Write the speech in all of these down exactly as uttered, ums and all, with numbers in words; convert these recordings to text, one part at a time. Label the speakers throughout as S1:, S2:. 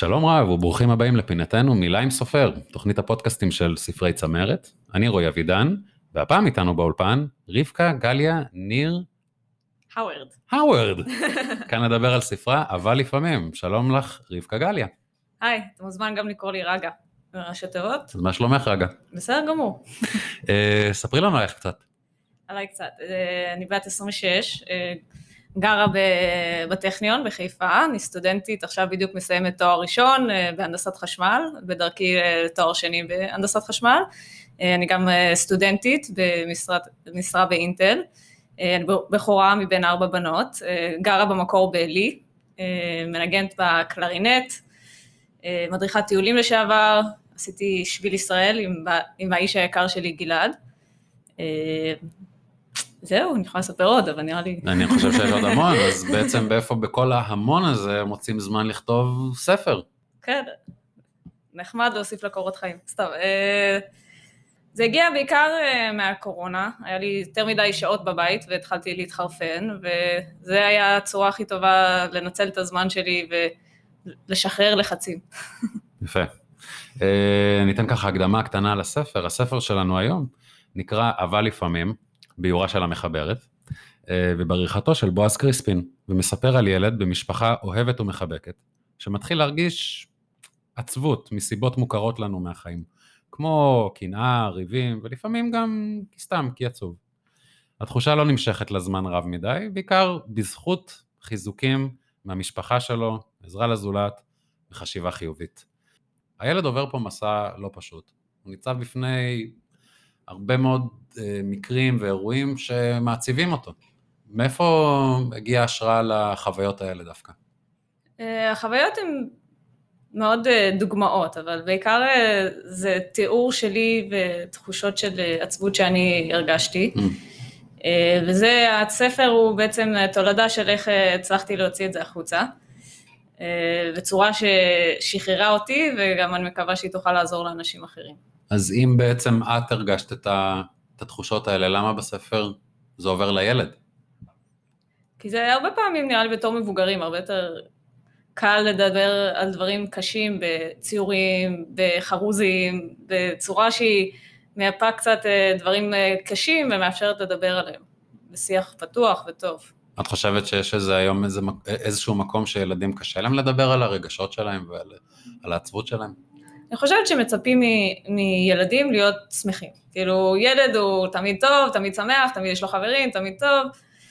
S1: שלום רב וברוכים הבאים לפינתנו מילה עם סופר, תוכנית הפודקאסטים של ספרי צמרת. אני רועי אבידן, והפעם איתנו באולפן רבקה גליה ניר
S2: האוורד.
S1: האוורד. כאן נדבר על ספרה, אבל לפעמים. שלום לך רבקה גליה.
S2: היי, אתה מוזמן גם לקרוא לי רגע. ראשי תיבות.
S1: אז מה שלומך רגע?
S2: בסדר גמור.
S1: ספרי לנו עליך קצת.
S2: עליי קצת. אני בת עשרים ושש, גרה בטכניון בחיפה, אני סטודנטית, עכשיו בדיוק מסיימת תואר ראשון בהנדסת חשמל, בדרכי לתואר שני בהנדסת חשמל. אני גם סטודנטית במשרה באינטל, אני בחורה מבין ארבע בנות, גרה במקור בעלי, מנגנת בקלרינט, מדריכת טיולים לשעבר, עשיתי שביל ישראל עם, עם האיש היקר שלי גלעד. זהו, אני יכולה לספר עוד, אבל נראה לי...
S1: אני חושב שיש עוד המון, אז בעצם באיפה בכל ההמון הזה מוצאים זמן לכתוב ספר.
S2: כן, נחמד להוסיף לקורות חיים, סתם. זה הגיע בעיקר מהקורונה, היה לי יותר מדי שעות בבית והתחלתי להתחרפן, וזה היה הצורה הכי טובה לנצל את הזמן שלי ולשחרר לחצים.
S1: יפה. ניתן ככה הקדמה קטנה לספר. הספר שלנו היום נקרא אבל לפעמים, ביורה של המחברת, ובעריכתו של בועז קריספין, ומספר על ילד במשפחה אוהבת ומחבקת, שמתחיל להרגיש עצבות מסיבות מוכרות לנו מהחיים, כמו קנאה, ריבים, ולפעמים גם סתם כי עצוב. התחושה לא נמשכת לזמן רב מדי, בעיקר בזכות חיזוקים מהמשפחה שלו, עזרה לזולת וחשיבה חיובית. הילד עובר פה מסע לא פשוט, הוא ניצב בפני הרבה מאוד מקרים ואירועים שמעציבים אותו. מאיפה הגיעה השראה לחוויות האלה דווקא?
S2: החוויות הן מאוד דוגמאות, אבל בעיקר זה תיאור שלי ותחושות של עצבות שאני הרגשתי. וזה, הספר הוא בעצם תולדה של איך הצלחתי להוציא את זה החוצה, בצורה ששחררה אותי, וגם אני מקווה שהיא תוכל לעזור לאנשים אחרים.
S1: אז אם בעצם את הרגשת את התחושות האלה, למה בספר זה עובר לילד?
S2: כי זה הרבה פעמים נראה לי בתור מבוגרים, הרבה יותר קל לדבר על דברים קשים בציורים, בחרוזים, בצורה שהיא מייפה קצת דברים קשים ומאפשרת לדבר עליהם, בשיח פתוח וטוב.
S1: את חושבת שיש איזה היום איזה, איזשהו מקום שילדים קשה להם לדבר על הרגשות שלהם ועל על העצבות שלהם?
S2: אני חושבת שמצפים מ- מילדים להיות שמחים. כאילו, ילד הוא תמיד טוב, תמיד שמח, תמיד יש לו חברים, תמיד טוב,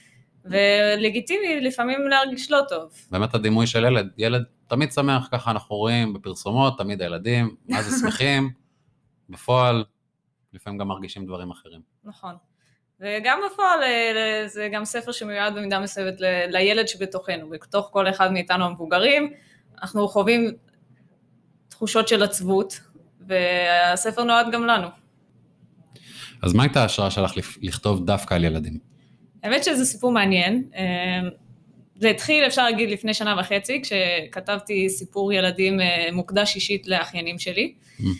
S2: ולגיטימי לפעמים להרגיש לא טוב.
S1: באמת הדימוי של ילד, ילד תמיד שמח, ככה אנחנו רואים בפרסומות, תמיד הילדים, מה זה שמחים, בפועל, לפעמים גם מרגישים דברים אחרים.
S2: נכון. וגם בפועל זה גם ספר שמיועד במידה מסוימת לילד שבתוכנו, בתוך כל אחד מאיתנו המבוגרים, אנחנו חווים תחושות של עצבות, והספר נועד גם לנו.
S1: אז מה הייתה ההשראה שלך לכתוב דווקא על ילדים?
S2: האמת שזה סיפור מעניין, זה התחיל אפשר להגיד לפני שנה וחצי, כשכתבתי סיפור ילדים מוקדש אישית לאחיינים שלי,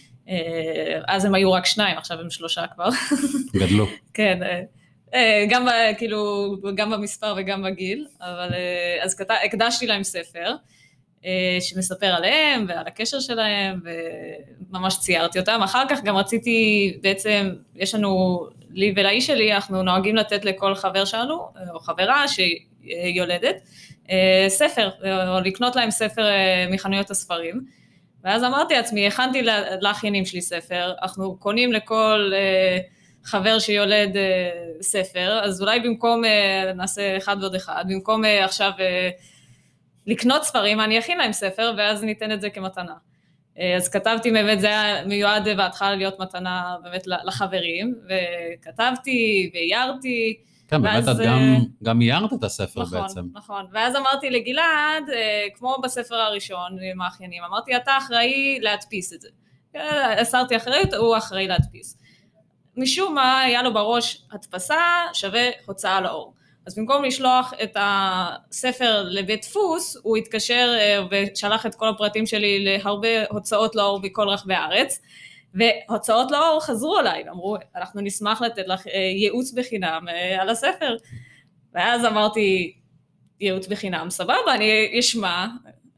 S2: אז הם היו רק שניים, עכשיו הם שלושה כבר.
S1: גדלו.
S2: כן, גם, כאילו, גם במספר וגם בגיל, אבל אז הקדשתי להם ספר, שמספר עליהם ועל הקשר שלהם, וממש ציירתי אותם. אחר כך גם רציתי, בעצם, יש לנו, לי ולאיש שלי, אנחנו נוהגים לתת לכל חבר שלנו, או חברה שיולדת, ספר, או לקנות להם ספר מחנויות הספרים. ואז אמרתי לעצמי, הכנתי לאחיינים שלי ספר, אנחנו קונים לכל חבר שיולד ספר, אז אולי במקום נעשה אחד ועוד אחד, במקום עכשיו לקנות ספרים, אני אכין להם ספר, ואז ניתן את זה כמתנה. אז כתבתי, באמת זה היה מיועד בהתחלה להיות מתנה באמת לחברים, וכתבתי ואיירתי.
S1: כן, באמת את גם, גם איירת את הספר
S2: נכון,
S1: בעצם.
S2: נכון, ואז אמרתי לגלעד, כמו בספר הראשון עם האחיינים, אמרתי, אתה אחראי להדפיס את זה. אסרתי אחריות, הוא אחראי להדפיס. משום מה, היה לו בראש הדפסה שווה הוצאה לאור. אז במקום לשלוח את הספר לבית דפוס, הוא התקשר ושלח את כל הפרטים שלי להרבה הוצאות לאור בכל רחבי הארץ, והוצאות לאור חזרו אליי, ואמרו, אנחנו נשמח לתת לך ייעוץ בחינם על הספר. ואז אמרתי, ייעוץ בחינם, סבבה, אני אשמע,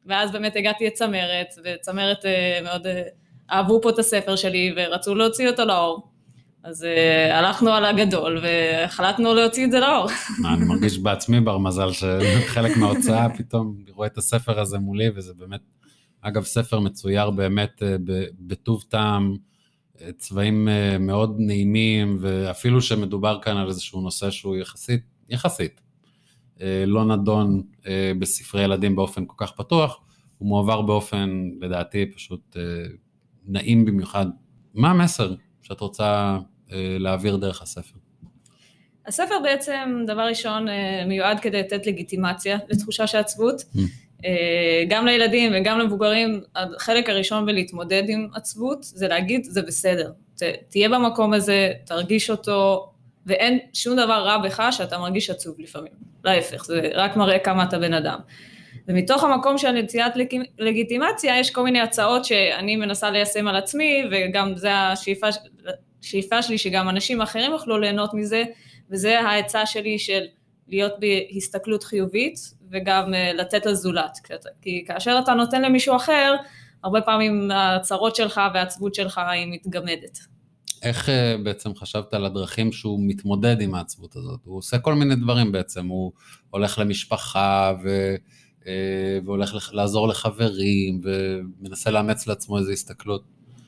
S2: ואז באמת הגעתי לצמרת, וצמרת מאוד אהבו פה את הספר שלי, ורצו להוציא אותו לאור. אז uh, הלכנו על הגדול, והחלטנו להוציא את זה לאור.
S1: אני מרגיש בעצמי בר מזל שחלק מההוצאה פתאום רואה את הספר הזה מולי, וזה באמת, אגב, ספר מצויר באמת בטוב טעם, צבעים מאוד נעימים, ואפילו שמדובר כאן על איזשהו נושא שהוא יחסית, יחסית, לא נדון בספרי ילדים באופן כל כך פתוח, הוא מועבר באופן, לדעתי, פשוט נעים במיוחד. מה המסר שאת רוצה להעביר דרך הספר?
S2: הספר בעצם, דבר ראשון, מיועד כדי לתת לגיטימציה לתחושה של עצבות, גם לילדים וגם למבוגרים. החלק הראשון בלהתמודד עם עצבות, זה להגיד, זה בסדר, תהיה במקום הזה, תרגיש אותו, ואין שום דבר רע בך שאתה מרגיש עצוב לפעמים, להפך, זה רק מראה כמה אתה בן אדם. ומתוך המקום של נטיית לגיטימציה, יש כל מיני הצעות שאני מנסה ליישם על עצמי, וגם זה השאיפה, השאיפה שלי, שגם אנשים אחרים יוכלו ליהנות מזה, וזה ההצעה שלי של להיות בהסתכלות חיובית, וגם לתת לזולת. כי כאשר אתה נותן למישהו אחר, הרבה פעמים הצרות שלך והעצבות שלך היא מתגמדת.
S1: איך בעצם חשבת על הדרכים שהוא מתמודד עם העצבות הזאת? הוא עושה כל מיני דברים בעצם, הוא הולך למשפחה ו... והולך לעזור לחברים, ומנסה לאמץ לעצמו איזו הסתכלות.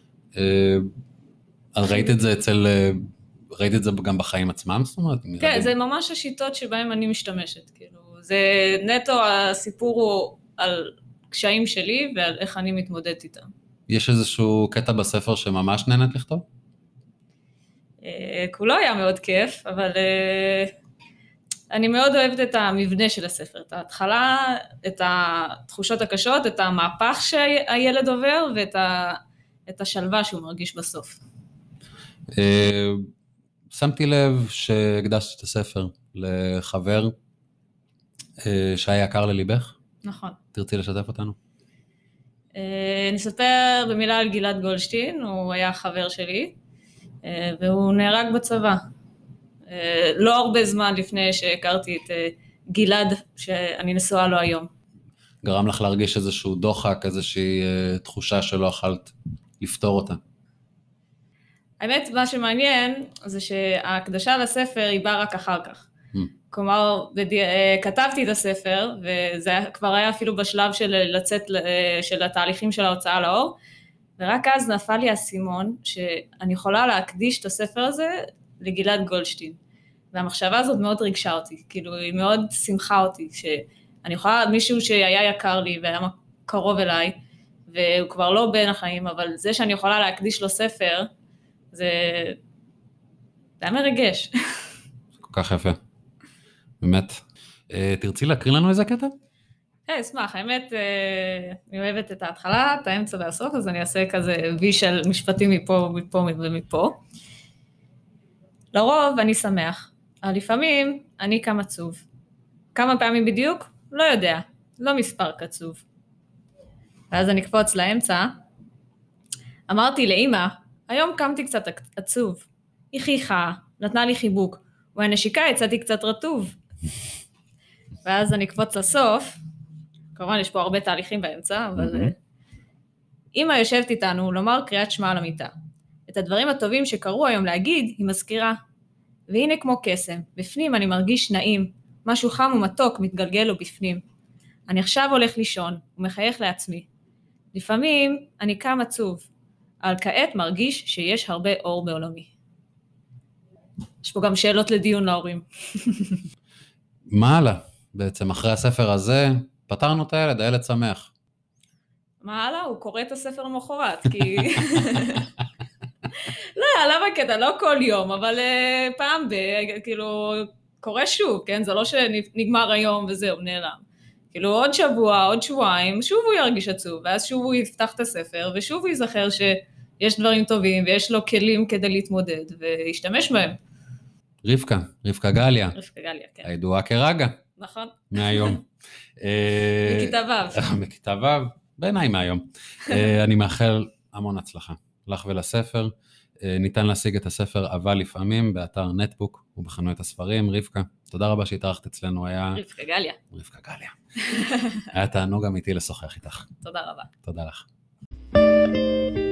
S1: ראית את זה אצל, ראית את זה גם בחיים עצמם, זאת אומרת?
S2: כן, זה ממש השיטות שבהן אני משתמשת, כאילו, זה נטו, הסיפור הוא על קשיים שלי, ועל איך אני מתמודדת איתם.
S1: יש איזשהו קטע בספר שממש נהנית לכתוב?
S2: כולו היה מאוד כיף, אבל... אני מאוד אוהבת את המבנה של הספר, את ההתחלה, את התחושות הקשות, את המהפך שהילד עובר, ואת ה, את השלווה שהוא מרגיש בסוף.
S1: שמתי לב שהקדשת את הספר לחבר שהיה יקר לליבך.
S2: נכון.
S1: תרצי לשתף אותנו?
S2: נספר במילה על גלעד גולדשטיין, הוא היה חבר שלי, והוא נהרג בצבא. לא הרבה זמן לפני שהכרתי את גלעד, שאני נשואה לו היום.
S1: גרם לך להרגיש איזשהו דוחק, איזושהי תחושה שלא אכלת לפתור אותה?
S2: האמת, מה שמעניין, זה שההקדשה לספר היא באה רק אחר כך. Hmm. כלומר, כתבתי את הספר, וזה כבר היה אפילו בשלב של לצאת, של התהליכים של ההוצאה לאור, ורק אז נפל לי הסימון, שאני יכולה להקדיש את הספר הזה, לגלעד גולדשטיין, והמחשבה הזאת מאוד ריגשה אותי, כאילו היא מאוד שמחה אותי, שאני יכולה, מישהו שהיה יקר לי והיה קרוב אליי, והוא כבר לא בין החיים, אבל זה שאני יכולה להקדיש לו ספר, זה, זה היה מרגש.
S1: כל כך יפה, באמת. תרצי להקריא לנו איזה קטע?
S2: כן, אשמח, האמת, אני אוהבת את ההתחלה, את האמצע והסוף, אז אני אעשה כזה וי של משפטים מפה, מפה ומפה. לרוב אני שמח, אבל לפעמים אני קם עצוב. כמה פעמים בדיוק? לא יודע, לא מספר קצוב. ואז אני אקפוץ לאמצע. אמרתי לאמא, היום קמתי קצת עצוב. היא חייכה, נתנה לי חיבוק, והנשיקה יצאתי קצת רטוב. ואז אני אקפוץ לסוף, כמובן יש פה הרבה תהליכים באמצע, אבל... אמא יושבת איתנו לומר קריאת שמע על המיטה. את הדברים הטובים שקרו היום להגיד, היא מזכירה. והנה כמו קסם, בפנים אני מרגיש נעים, משהו חם ומתוק מתגלגל לו בפנים. אני עכשיו הולך לישון ומחייך לעצמי. לפעמים אני קם עצוב, אבל כעת מרגיש שיש הרבה אור בעולמי. יש פה גם שאלות לדיון להורים.
S1: מה הלאה? בעצם אחרי הספר הזה, פתרנו את הילד, הילד שמח.
S2: מה הלאה? הוא קורא את הספר למחרת, כי... לא, למה קטע? לא כל יום, אבל uh, פעם ב... כאילו, קורה שוב, כן? זה לא שנגמר היום וזהו, נעלם. כאילו, עוד שבוע, עוד שבועיים, שוב הוא ירגיש עצוב, ואז שוב הוא יפתח את הספר, ושוב הוא יזכר שיש דברים טובים, ויש לו כלים כדי להתמודד, וישתמש בהם.
S1: רבקה, רבקה גליה.
S2: רבקה גליה, כן.
S1: הידועה כרגע.
S2: נכון.
S1: מהיום.
S2: בכיתה ו'.
S1: בכיתה ו', בעיניי מהיום. אני מאחל המון הצלחה. לך ולספר. ניתן להשיג את הספר אבל לפעמים באתר נטבוק ובחנויות הספרים. רבקה, תודה רבה שהתארחת אצלנו, היה...
S2: רבקה גליה.
S1: רבקה גליה. היה תענוג אמיתי לשוחח איתך.
S2: תודה רבה.
S1: תודה לך.